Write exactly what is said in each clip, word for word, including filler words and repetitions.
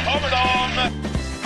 kommer de!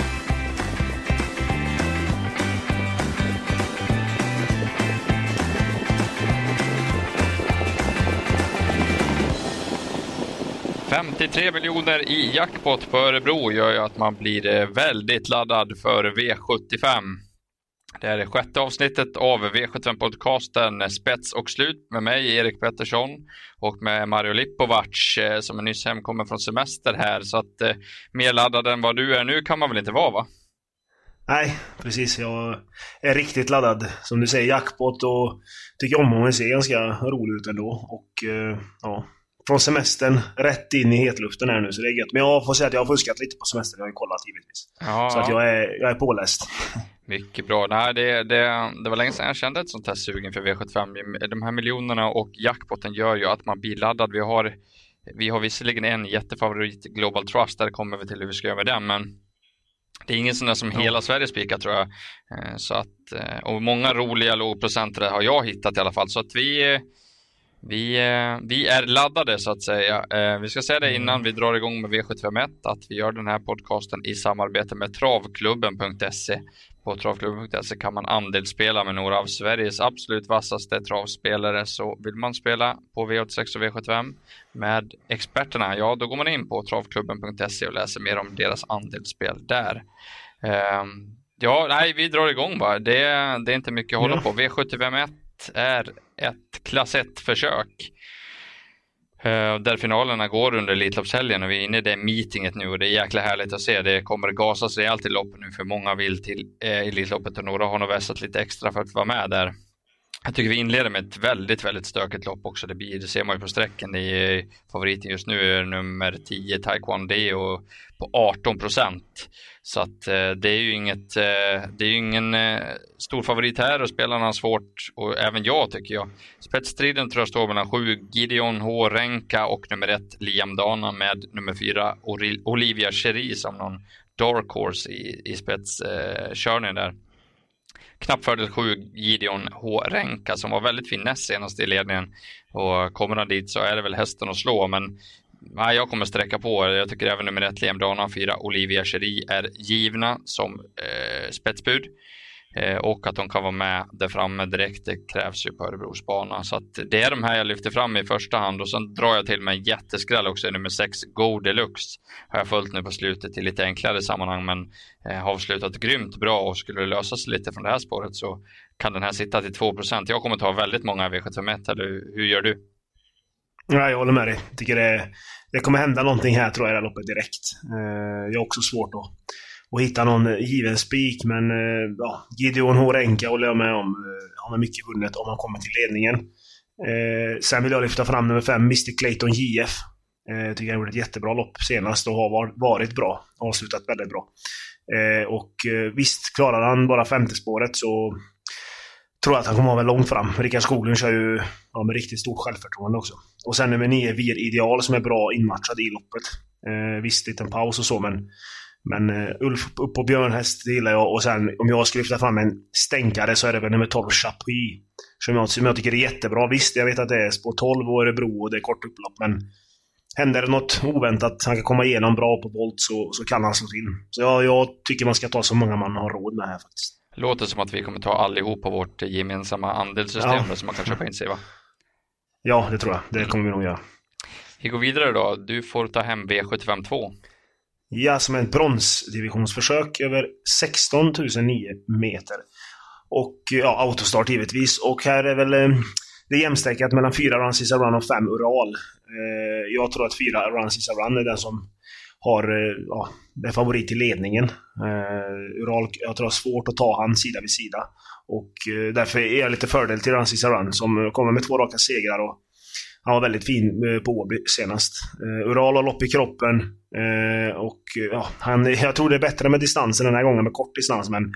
femtiotre miljoner i jackpot på Örebro gör ju att man blir väldigt laddad för V sjuttiofem. Det är det sjätte avsnittet av V sjuttiofem-podcasten Spets och slut med mig, Erik Pettersson, och med Mario Lipovac som är nyss hemkommen från semester här. Så att eh, mer laddad än vad du är nu kan man väl inte vara, va? Nej, precis. Jag är riktigt laddad. Som du säger, jackpot, och tycker omgången ser ganska rolig ut ändå. Och eh, ja... från semestern rätt in i hetluften här nu, så det är gött. Men jag får säga att jag har fuskat lite på semestern. Jag har ju kollat givetvis. Ja, så att jag är, jag är påläst. Mycket bra. Nej, det, det, det var länge sedan jag kände ett sånt här sugen för V sjuttiofem. De här miljonerna och jackpoten gör ju att man blir laddad. Vi har, vi har visserligen en jättefavorit, Global Trust. Där kommer vi till hur vi ska göra med den. Men det är ingen sån där som ja. hela Sverige spikar, tror jag. Så att, och många roliga lågprocentare har jag hittat i alla fall. Så att vi... Vi, vi är laddade, så att säga. Vi ska säga det innan vi drar igång med V sjuttiofem ett att vi gör den här podcasten i samarbete med travklubben punkt se. På travklubben punkt se kan man andelsspela med några av Sveriges absolut vassaste travspelare. Så vill man spela på V åttiosex och V sjuttiofem med experterna, ja, då går man in på travklubben punkt se och läser mer om deras andelsspel där. Ja, nej, vi drar igång bara. Det, det är inte mycket att hålla ja. på. V sjuttiofem ett är ett klass ett-försök uh, där finalerna går under Elitloppshelgen, och vi är inne i det meetinget nu, och det är jäkla härligt att se. Det kommer gasas rejält i loppen nu, för många vill till uh, Elitloppet, och några har nog vässat lite extra för att vara med där. Jag tycker vi inleder med ett väldigt, väldigt stökigt lopp också. Det, blir, det ser man ju på sträcken. Det är, favoriten just nu är nummer tio, Taekwondo, på arton procent. Så att eh, det är ju inget, eh, det är ju ingen eh, stor favorit här, och spelarna har svårt, och även jag tycker jag. Spetsstriden tror jag står mellan sju, Gideon H. Renka, och nummer ett, Liam Dana, med nummer fyra, Olivia Cherie som någon dark horse i, i spetskörningen eh, där. Knapp fördel sju, Gideon H. Renka, som var väldigt fin näst senast i ledningen, och kommer han dit så är det väl hästen att slå, men nej, jag kommer sträcka på. Jag tycker även nummer ett, Liam Dana, fyra, Olivia Cherie är givna som eh, spetsbud, eh, och att de kan vara med där framme direkt, det krävs ju på Örebros bana. Så att det är de här jag lyfter fram i första hand, och sen drar jag till med en jätteskräll också, nummer sex, Go Deluxe. Har jag följt nu på slutet i lite enklare sammanhang, men eh, har avslutat grymt bra, och skulle det lösa sig lite från det här spåret så kan den här sitta till två procent. Jag kommer ta väldigt många V sjuttiofem ett, eller hur gör du? Ja, jag håller med dig. Jag tycker det, det kommer hända någonting här, tror jag, i det här loppet direkt. Eh, jag har också svårt att, att hitta någon given spik, men eh, ja, Gideon H. Renka håller jag med om. Eh, han har mycket vunnet om han kommer till ledningen. Eh, sen vill jag lyfta fram nummer fem, mister Clayton J F. Eh, jag tycker han gjorde ett jättebra lopp senast och har varit bra. Avslutat väldigt bra. Eh, och eh, visst, klarar han bara femte spåret så tror jag att han kommer att vara långt fram. Rickard Skoglund kör ju ja, med riktigt stort självförtroende också. Och sen nummer nio, Vir Ideal, som är bra inmatchad i loppet. Eh, visst, liten paus och så, men, men uh, Ulf upp på Björnhäst, det gillar jag. Och sen, om jag skulle lyfta fram en stänkare, så är det väl nummer tolv, Chapuis. Som jag, som jag tycker är jättebra. Visst, jag vet att det är spår tolv och Örebro och det är kort upplopp, men händer det något oväntat, han kan komma igenom bra på volt, så, så kan han slå till. Så jag, jag tycker man ska ta så många man har råd med här faktiskt. Låter som att vi kommer ta allihop på vårt gemensamma andelssystem, ja, som man kan köpa in sig, va? Ja, det tror jag. Det kommer vi nog göra. Vi går vidare då. Du får ta hem V sjuttiofem två. Ja, som en bronsdivisionsförsök över sexton tusen nio meter. Och ja, autostart givetvis. Och här är väl eh, det är jämställt mellan fyra Run Sisa Run och fem Ural. Eh, jag tror att fyra Run Sisa Run är den som har ja, det är favorit i ledningen. Uh, Ural, jag tror det är svårt att ta han sida vid sida. Och uh, därför är jag lite fördel till Ransisa Run, som kommer med två raka segrar, och han var väldigt fin uh, på Åby senast. Uh, Ural har lopp i kroppen, uh, och uh, ja, han, jag tror det är bättre med distansen den här gången, med kort distans, men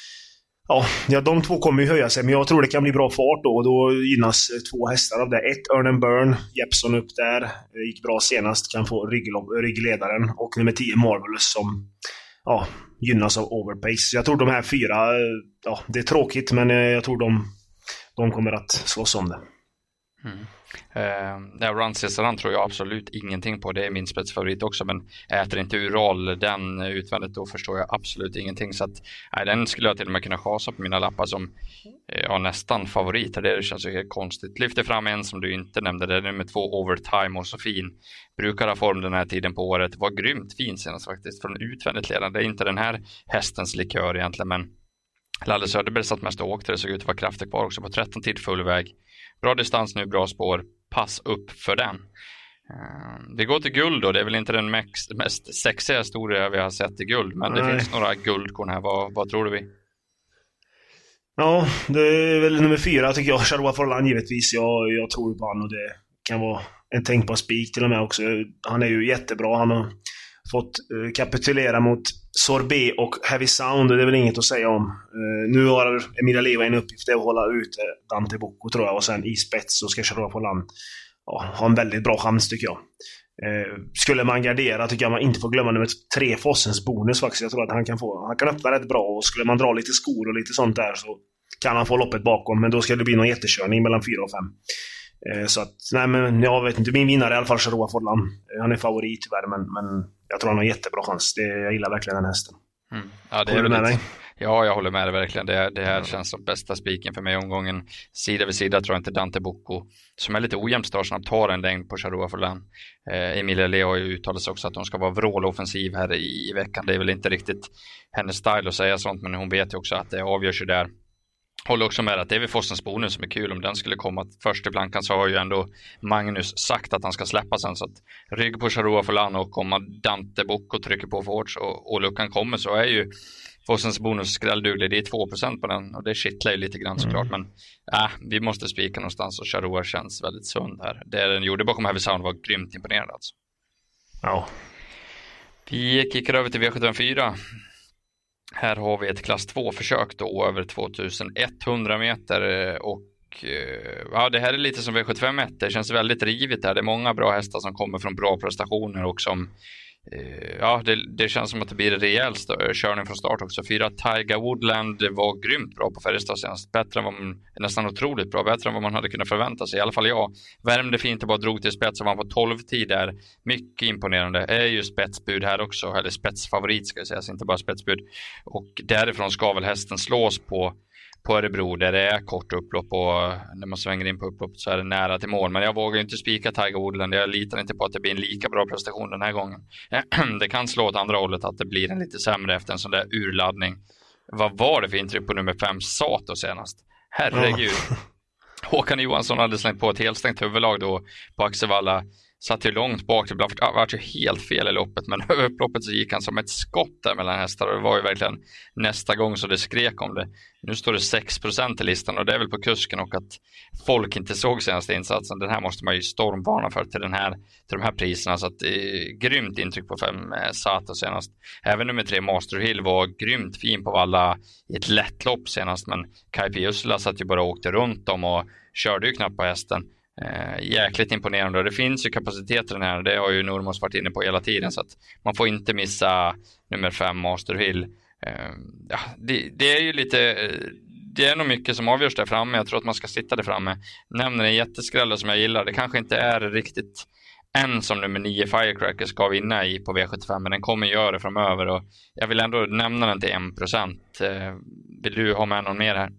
ja, ja, de två kommer ju höja sig, men jag tror det kan bli bra fart då, och då gynnas två hästar av det. Ett, Earn and Burn, Jeppson upp där, gick bra senast, kan få rygglopp, ryggledaren, och nummer tio, Marvelous, som ja, gynnas av Overpace. Jag tror de här fyra, ja, det är tråkigt, men jag tror de, de kommer att slåss om det. Mm. Uh, ja, Run Cesaran tror jag absolut ingenting på. Det är min spetsfavorit också, men äter inte Ural den utvändigt, då förstår jag absolut ingenting. Så att, nej, den skulle jag till och med kunna chasa på mina lappar som ja, nästan favorit. Det känns ju helt konstigt. Lyfter fram en som du inte nämnde, det är nummer två Overtime, och så fin. Brukar ha form den här tiden på året. Var grymt fin senast faktiskt från utvändigt ledande. Det är inte den här hästens likör egentligen, men Lalle Söderberg satt mest och åkte. Det såg ut att vara krafter kvar också på tretton tid full väg. Bra distans nu, bra spår. Pass upp för den. Uh, vi går till guld då. Det är väl inte den mest, mest sexiga historia vi har sett i guld. Men Nej. Det finns några guldkorn här. Vad, vad tror du vi? Ja, det är väl nummer fyra tycker jag. Charois Forlan givetvis. Jag, jag tror på han och det kan vara en tänkbar spik till och med också. Han är ju jättebra. Han har fått uh, kapitulera mot Sorbet och Heavy Sound, och det är väl inget att säga om. Uh, nu har Emilia Leva en uppgift att hålla ut Dante Bocco tror jag, och sen i spets så ska Charois Forlan ja, ha en väldigt bra chans tycker jag. Uh, skulle man gardera tycker jag man inte får glömma nummer tre Fossens bonus faktiskt. Jag tror att han kan få, han kan öppna rätt bra, och skulle man dra lite skor och lite sånt där så kan han få loppet bakom, men då ska det bli någon jättekörning mellan fyra och fem. Uh, så att, nej men jag vet inte, min vinnare är i alla fall Charois Forlan. Uh, han är favorit tyvärr, men, men jag tror han har jättebra chans. Det, jag gillar verkligen den hästen. Mm. Ja, det håller är du med lite... dig? Ja, jag håller med dig verkligen. Det, det här mm. känns som bästa spiken för mig omgången. Sida vid sida tror jag inte Dante Bocco, som är lite ojämnt startsnabb, tar en längd på Charois Forlan. Eh, Emilia Leo har ju uttalat sig också att de ska vara vråloffensiv här i, i veckan. Det är väl inte riktigt hennes style att säga sånt, men hon vet ju också att det avgörs ju där. Håller också med att det är vid Fossens bonus som är kul om den skulle komma först i plankan, så har ju ändå Magnus sagt att han ska släppa sen, så att rygg på Charois Forlan, och kommer Dante Bocco trycker på för hårt och, och luckan kommer, så är ju Fossens bonus skrällduglig. Det är två procent på den och det kittlar ju lite grann såklart, mm. men äh, vi måste spika någonstans, och Charois känns väldigt sund här. Det den gjorde bakom Heavy Sound var grymt imponerande alltså. Ja. Vi kickar över till V sjuttiofyra. Här har vi ett klass två-försök då över tvåtusenetthundra meter, och ja, det här är lite som V sjuttiofem ett. Det känns väldigt rivigt där. Det är många bra hästar som kommer från bra prestationer och som ja, det, det känns som att det blir en rejäl stö- körning från start också. Fyra Tiger Woodland var grymt bra på Färjestad senast. Bättre än vad man, nästan otroligt bra. Bättre än vad man hade kunnat förvänta sig. I alla fall jag. Värmde fint och bara drog till spets och var på tolv tid där. Mycket imponerande. Är ju spetsbud här också. Eller spetsfavorit ska jag säga. Så inte bara spetsbud. Och därifrån ska väl hästen slås på på Örebro där det är kort upplopp, och när man svänger in på upplopp så är det nära till mål. Men jag vågar inte spika Tiger Woodland. Jag litar inte på att det blir en lika bra prestation den här gången. Det kan slå åt andra hållet, att det blir en lite sämre efter en sån där urladdning. Vad var det för intryck på nummer fem Sato senast? Herregud. Ja. Håkan Johansson hade slängt på ett helstängt huvudlag då på Axevalla. Satt ju långt bak, det blev ju helt fel i loppet, men över upploppet så gick han som ett skott där mellan hästar, och det var ju verkligen nästa gång så det skrek om det. Nu står det sex procent i listan, och det är väl på kusken och att folk inte såg senaste insatsen. Den här måste man ju stormvarna för till, den här, till de här priserna, så att eh, grymt intryck på fem eh, Sato senast. Även nummer tre Master Hill var grymt fin på alla i ett lätt lopp senast, men Kai P. Ursula satt ju bara och åkte runt dem och körde ju knappt på hästen. Eh, jäkligt imponerande, och det finns ju kapacitet i den här, det har ju Normos varit inne på hela tiden, så att man får inte missa nummer fem Master Hill. eh, ja, det, det är ju lite eh, det är nog mycket som avgörs där framme. Jag tror att man ska sitta där framme. Nämner en jätteskrälla som jag gillar. Det kanske inte är riktigt en som nummer nio Firecracker ska vinna i på V sjuttiofem, men den kommer göra det framöver, och jag vill ändå nämna den till en procent. eh, Vill du ha med någon mer här?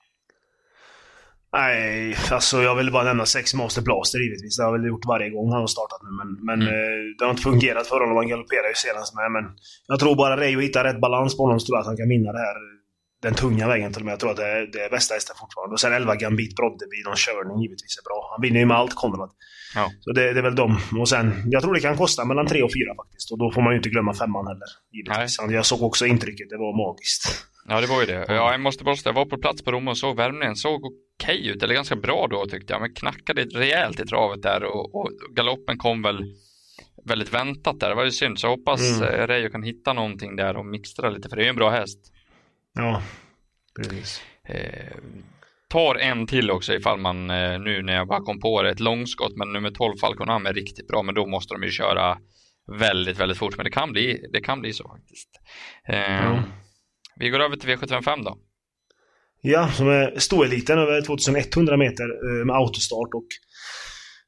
Nej, alltså jag vill bara nämna sex Master Blaster givetvis. Det har jag väl gjort varje gång han har startat nu, men, men mm. eh, det har inte fungerat för honom. Han galopperar ju senast med, men jag tror bara Reijo hittar rätt balans på honom, så tror jag att han kan vinna det här, den tunga vägen till och med. Jag tror att det är, det är bästa hästen fortfarande. Och sen elva Gambit Brodde vid någon körning givetvis är bra. Han vinner ju med allt, Konrad. Ja. Så det, det är väl dem. Och sen, jag tror det kan kosta mellan tre och fyra faktiskt. Och då får man ju inte glömma femman heller, givetvis. Nej. Jag såg också intrycket, det var magiskt. Ja, det var ju det. Ja, jag måste bara säga, jag var på plats på Rom och såg värmningen. Såg okej ut, eller ganska bra då tyckte jag. Men knackade rejält i travet där, och, och galoppen kom väl väldigt väntat där. Det var ju synd, så jag hoppas mm. Reijo kan hitta någonting där och mixtra lite, för det är ju en bra häst. Ja, precis. Eh, tar en till också ifall man, eh, nu när jag bara kom på det, ett långskott, men nummer tolv Falconam är riktigt bra, men då måste de ju köra väldigt, väldigt fort. Men det kan bli, det kan bli så faktiskt. Eh, mm. Vi går över till V sjuttiofem då. Ja, som är stoeliten över tvåtusenetthundra meter med autostart, och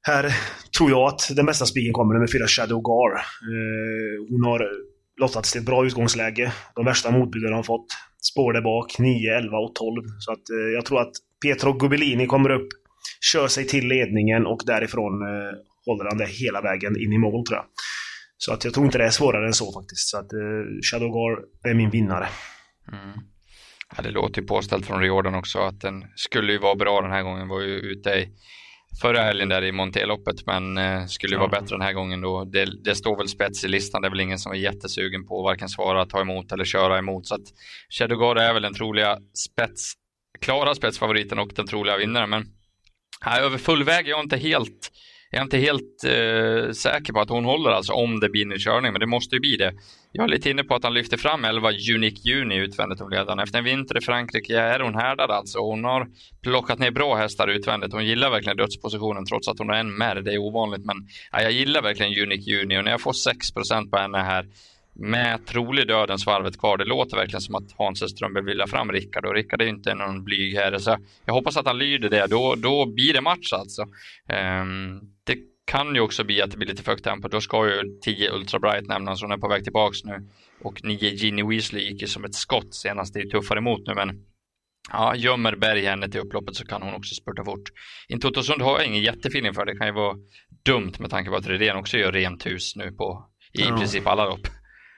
Här tror jag att den bästa spiken kommer, nummer fyra Shadow Gar. Eh, hon har lottats till ett bra utgångsläge. De värsta motbuden har fått spår där bak, nio, elva och tolv. Så att, eh, jag tror att Pietro Gubellini kommer upp, kör sig till ledningen och därifrån eh, håller han det hela vägen in i mål, tror jag. Så att jag tror inte det är svårare än så faktiskt. Så att eh, Shadow Gar är min vinnare. Mm. Ja, det låter ju påställt från Riordan också att den skulle ju vara bra den här gången. Var ju ute i förra helgen där i Monté-loppet, men eh, skulle ju ja. vara bättre den här gången då. Det, det står väl spets i listan. Det är väl ingen som är jättesugen på varken svara, ta emot eller köra emot. Så att Shadow Gar är väl den troliga spets, klara spetsfavoriten och den troliga vinnaren. Men här, över full väg är jag inte helt Jag är inte helt eh, säker på att hon håller, alltså om det blir en körning, men det måste ju bli det. Jag är lite inne på att han lyfter fram elva Unique Juni utvändigt om ledaren. Efter en vinter i Frankrike är hon härdad alltså. Hon har plockat ner bra hästar utvändigt. Hon gillar verkligen dödspositionen trots att hon har en mer. Det är ovanligt, men ja, jag gillar verkligen Unique Juni. Och när jag får sex procent på henne här med trolig dödens varvet kvar, det låter verkligen som att Hans Ström vill vilja fram Rickard. Och Rickard är ju inte någon blyg här, så jag hoppas att han lyder det. Då, då blir det match alltså. Um, det kan ju också bli att det blir lite för högt tempo. Då ska ju tio Ultra Bright nämnas, hon är på väg tillbaks nu. Och nio Ginny Weasley gick ju som ett skott senast, det är tuffare emot nu, men ja, gömmer Berg henne till upploppet så kan hon också spurta fort. In Totosund har jag ingen jättefeeling för, det kan ju vara dumt med tanke på att Redén också gör rent hus nu på i ja. princip alla lopp.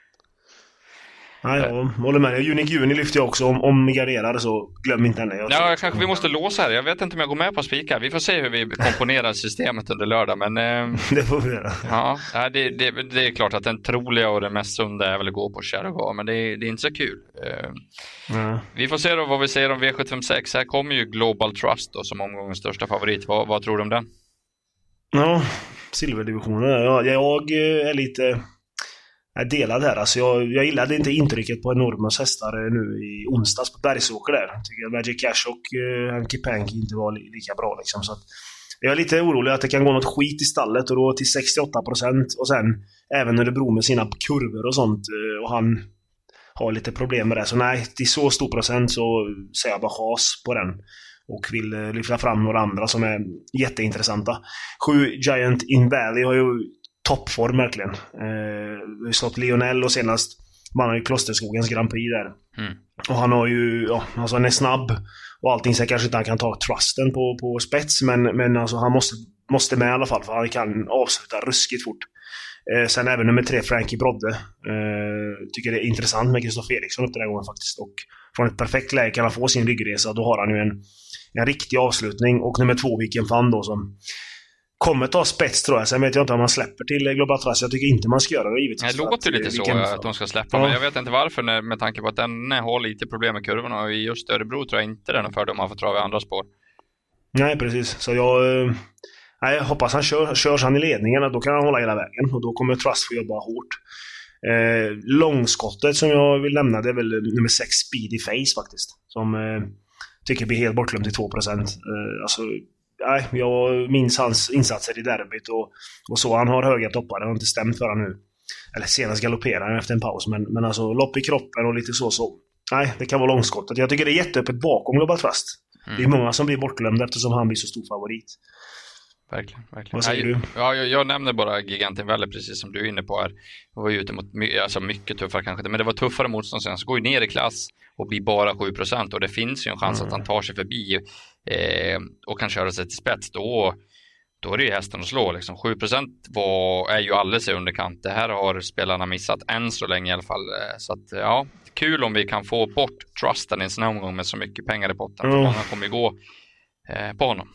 Nej, jag håller med dig. Unique Juni lyfter jag också. Om, om vi garderar så glöm inte henne. Jag ja, kanske vi måste låsa här. Jag vet inte om jag går med på spika. Vi får se hur vi komponerar systemet under lördag. Men, eh, det får vi göra. Ja, det, det, det är klart att den troliga och den mest sunda är väl att gå på Shadow, men det är, det är inte så kul. Eh, mm. Vi får se då vad vi säger om V sjuhundrafemtiosex. Här kommer ju Global Trust då, som omgångens största favorit. Vad, vad tror du om den? Ja, silverdivisionen. Ja, jag är lite... Jag delade här. Alltså jag, jag gillade inte intrycket på Enormas hästar nu i onsdags på Bergsåker där. Jag tycker Magic Cash och uh, Hanky Panky inte var li- lika bra liksom. Så att jag är lite orolig att det kan gå något skit i stallet och då till sextioåtta procent och sen även när det beror med sina kurvor och sånt uh, och han har lite problem med det. Så nej, till så stor procent så säger jag bara chas på den och vill uh, lyfta fram några andra som är jätteintressanta. Sju Giant In Valley har ju toppform verkligen. Eh, vi har slått Lionel och senast man har ju Klosterskogens Grand Prix där. Mm. Och han har ju, ja, alltså han är snabb och allting, så kanske inte han kan ta trusten på, på spets, men, men alltså han måste, måste med i alla fall, för han kan avsluta ruskigt fort. Eh, sen även nummer tre Frankie Brodde. Eh, tycker det är intressant med Kristoffer Eriksson upp den här gången faktiskt, och från ett perfekt läge kan han få sin ryggresa, då har han ju en, en riktig avslutning. Och nummer två Viken Fan då, som kommer ta spets tror jag. Sen vet jag inte om man släpper till Global Trust. Jag tycker inte man ska göra det givetvis. Det låter ju lite så kan... att de ska släppa. Ja. Men jag vet inte varför, när, med tanke på att den har lite problem med kurvorna. Och i just Örebro tror jag inte den är för dem att få trava andra spår. Nej, precis. Så jag, nej, jag hoppas han kör, körs han i ledningen. Då kan han hålla hela vägen. Och då kommer Trust få jobba hårt. Eh, långskottet som jag vill lämna, det är väl nummer sex Speedy Face faktiskt. Som eh, tycker blir helt bortglömd till två procent. Eh, alltså... Nej, jag minns hans insatser i derbyt och, och så. Han har höga toppar, det har inte stämt för han nu. Eller senast galopperar han efter en paus. Men, men alltså lopp i kroppen och lite så så. Nej, det kan vara långskottet. Jag tycker det är jätteöppet bakom Global Trust. Mm. Det är många som blir bortglömda eftersom han blir så stor favorit. Verkligen, verkligen. Vad säger Nej, du? Ja, jag, jag nämnde bara Gigantin Valley precis som du är inne på här. Jag var ju ute mot alltså mycket tuffare kanske, men det var tuffare motstånd sen. Så går ju ner i klass och blir bara sju procent, och det finns ju en chans mm. att han tar sig förbi eh, och kan köra sig till spets. Då, då är det ju hästen att slå. Liksom. sju procent var, är ju alldeles i underkant. Det här har spelarna missat än så länge i alla fall. Så att, ja, kul om vi kan få bort Trusten i en sån här omgång med så mycket pengar i potten. Mm. För många kommer ju gå eh, på honom.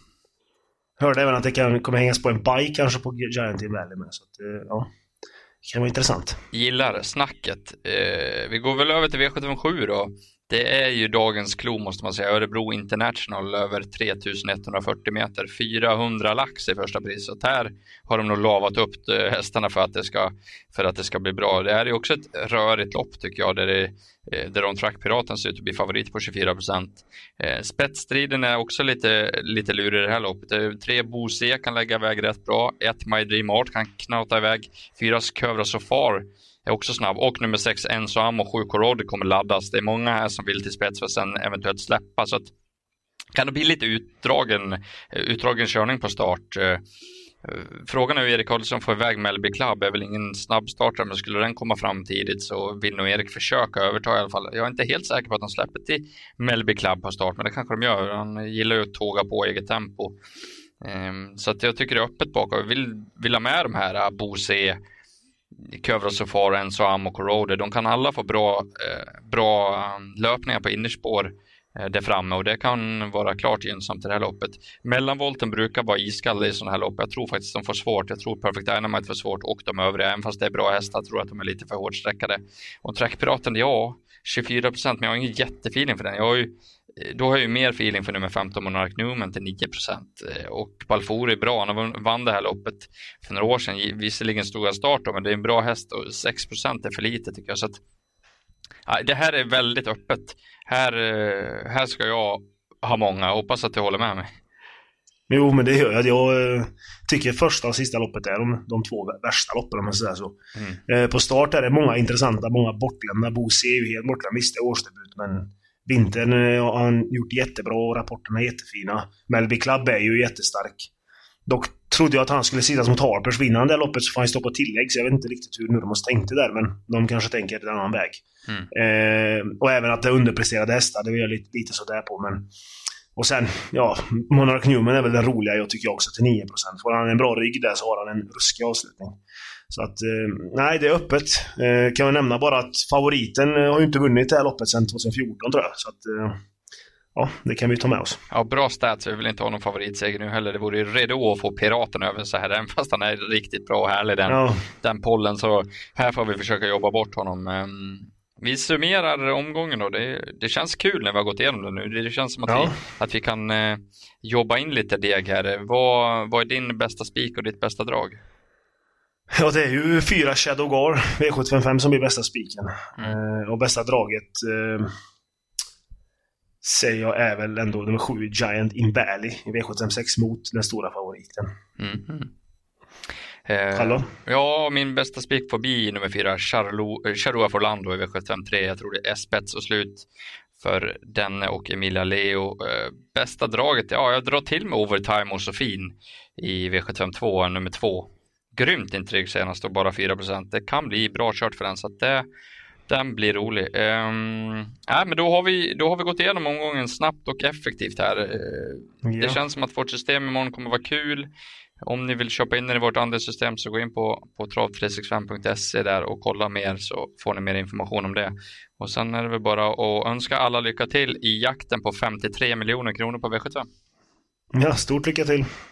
Hörde även att det kan kommer hängas på en bike kanske på Giant in Valley med, så att, ja, det kan vara intressant. Gillar snacket. Eh, vi går väl över till V sjuttiofem då. Det är ju dagens klo måste man säga. Örebro International över tre tusen etthundrafyrtio meter. fyrahundra lax i första priset. Här har de nog lavat upp hästarna för att det ska, för att det ska bli bra. Det här är också ett rörigt lopp tycker jag. Där, det, där On Track Piraten ser ut att bli favorit på tjugofyra procent. Spetsstriden är också lite, lite lurig i det här loppet. Tre Bose kan lägga iväg rätt bra. Ett My Dream Art kan knata iväg. Fyra Kövra So Far är också snabb. Och nummer sex Enzo Am och sju Corrode kommer laddas. Det är många här som vill till spets för att sen eventuellt släppa. Så att, kan det bli lite utdragen, utdragen körning på start. Frågan är hur Erik Karlsson får iväg Melby Club. Är väl ingen snabbstartare, men skulle den komma fram tidigt så vill nog Erik försöka överta i alla fall. Jag är inte helt säker på att de släpper till Melby Club på start, men det kanske de gör. Han gillar ju att tåga på eget tempo. Så att jag tycker det är öppet bakom. Jag vill, vill ha med de här Bose, Kövra Sofar, Enzo Am och Corrode. De kan alla få bra, bra löpningar på innerspår där framme, och det kan vara klart gynnsamt i det här loppet. Mellanvolten brukar vara iskall i sådana här lopp. Jag tror faktiskt de får svårt. Jag tror Perfect Dynamite får svårt, och de övriga, även fast det är bra hästar, tror jag att de är lite för hårt sträckade. Och Trackpiraten, ja, tjugofyra procent, men jag har ingen jättefeeling för den. Jag har ju, då har jag ju mer feeling för nummer femton Monarch Newman till nio procent. Och Balfour är bra, han vann det här loppet för några år sedan. Visserligen stora start då, men det är en bra häst, och sex procent är för lite tycker jag. Så att, ja, det här är väldigt öppet. Här, här ska jag ha många. Hoppas att du håller med mig. Jo, men det gör jag. Jag tycker första och sista loppet är de, de två värsta loppen, om man säger så. Mm. På start är det många intressanta, många bortlämna. Bose är ju helt bortlämnad. Visst, det är årsdebut, men vintern har han gjort jättebra och rapporterna är jättefina. Melby Club är ju jättestark. Dock trodde jag att han skulle sitta mot Harpers vinnande det loppet, så får han stå på tillägg, så jag vet inte riktigt hur de måste tänkte där, men de kanske tänker en annan väg. Mm. Eh, och även att det är underpresterade hästar, det vill jag lite, lite sådär på, men och sen, ja, Monarch Newman är väl den roliga, jag tycker också, till nio procent. Får han en bra rygg där så har han en ruskig avslutning. Så att, eh, nej, det är öppet. Eh, kan jag nämna bara att favoriten har ju inte vunnit det här loppet sedan tjugohundrafjorton, tror jag. Så att, eh, ja, det kan vi ta med oss. Ja, bra stats. Vi vill inte ha någon favoritseger nu heller. Det vore ju redo att få Piraten över så här, även fast han är riktigt bra och härlig, den, ja. den pollen. Så här får vi försöka jobba bort honom. Um, vi summerar omgången då. Det, det känns kul när vi har gått igenom det nu. Det känns som att, ja. vi, att vi kan uh, jobba in lite deg här. Vad, vad är din bästa spik och ditt bästa drag? Ja, det är ju fyra Shadow Gar V sjuttiofem som blir bästa spiken. Mm. Uh, och bästa draget... Uh, säger jag är väl ändå nummer sju Giant in Valley i V sjuttiofem sex mot den stora favoriten. Mm-hmm. Eh, ja, min bästa spik får bli nummer fyra Charloa Forlando i V sjuttiofem tre. Jag tror det är spets och slut för den och Emilia Leo. Eh, bästa draget, ja, jag drar till med Overtime och Sofin i V sjuttiofem två, nummer två. Grymt intryck senast och bara fyra procent. Det kan bli bra kört för den, så att det den blir rolig. Um, ja, men då har, vi, då har vi gått igenom omgången snabbt och effektivt här. Uh, ja. Det känns som att vårt system imorgon kommer vara kul. Om ni vill köpa in er i vårt andra system så gå in på, på trav tre sextiofem punkt se där och kolla mer, så får ni mer information om det. Och sen är det väl bara att önska alla lycka till i jakten på femtiotre miljoner kronor på V sjuttiofem. Ja, stort lycka till!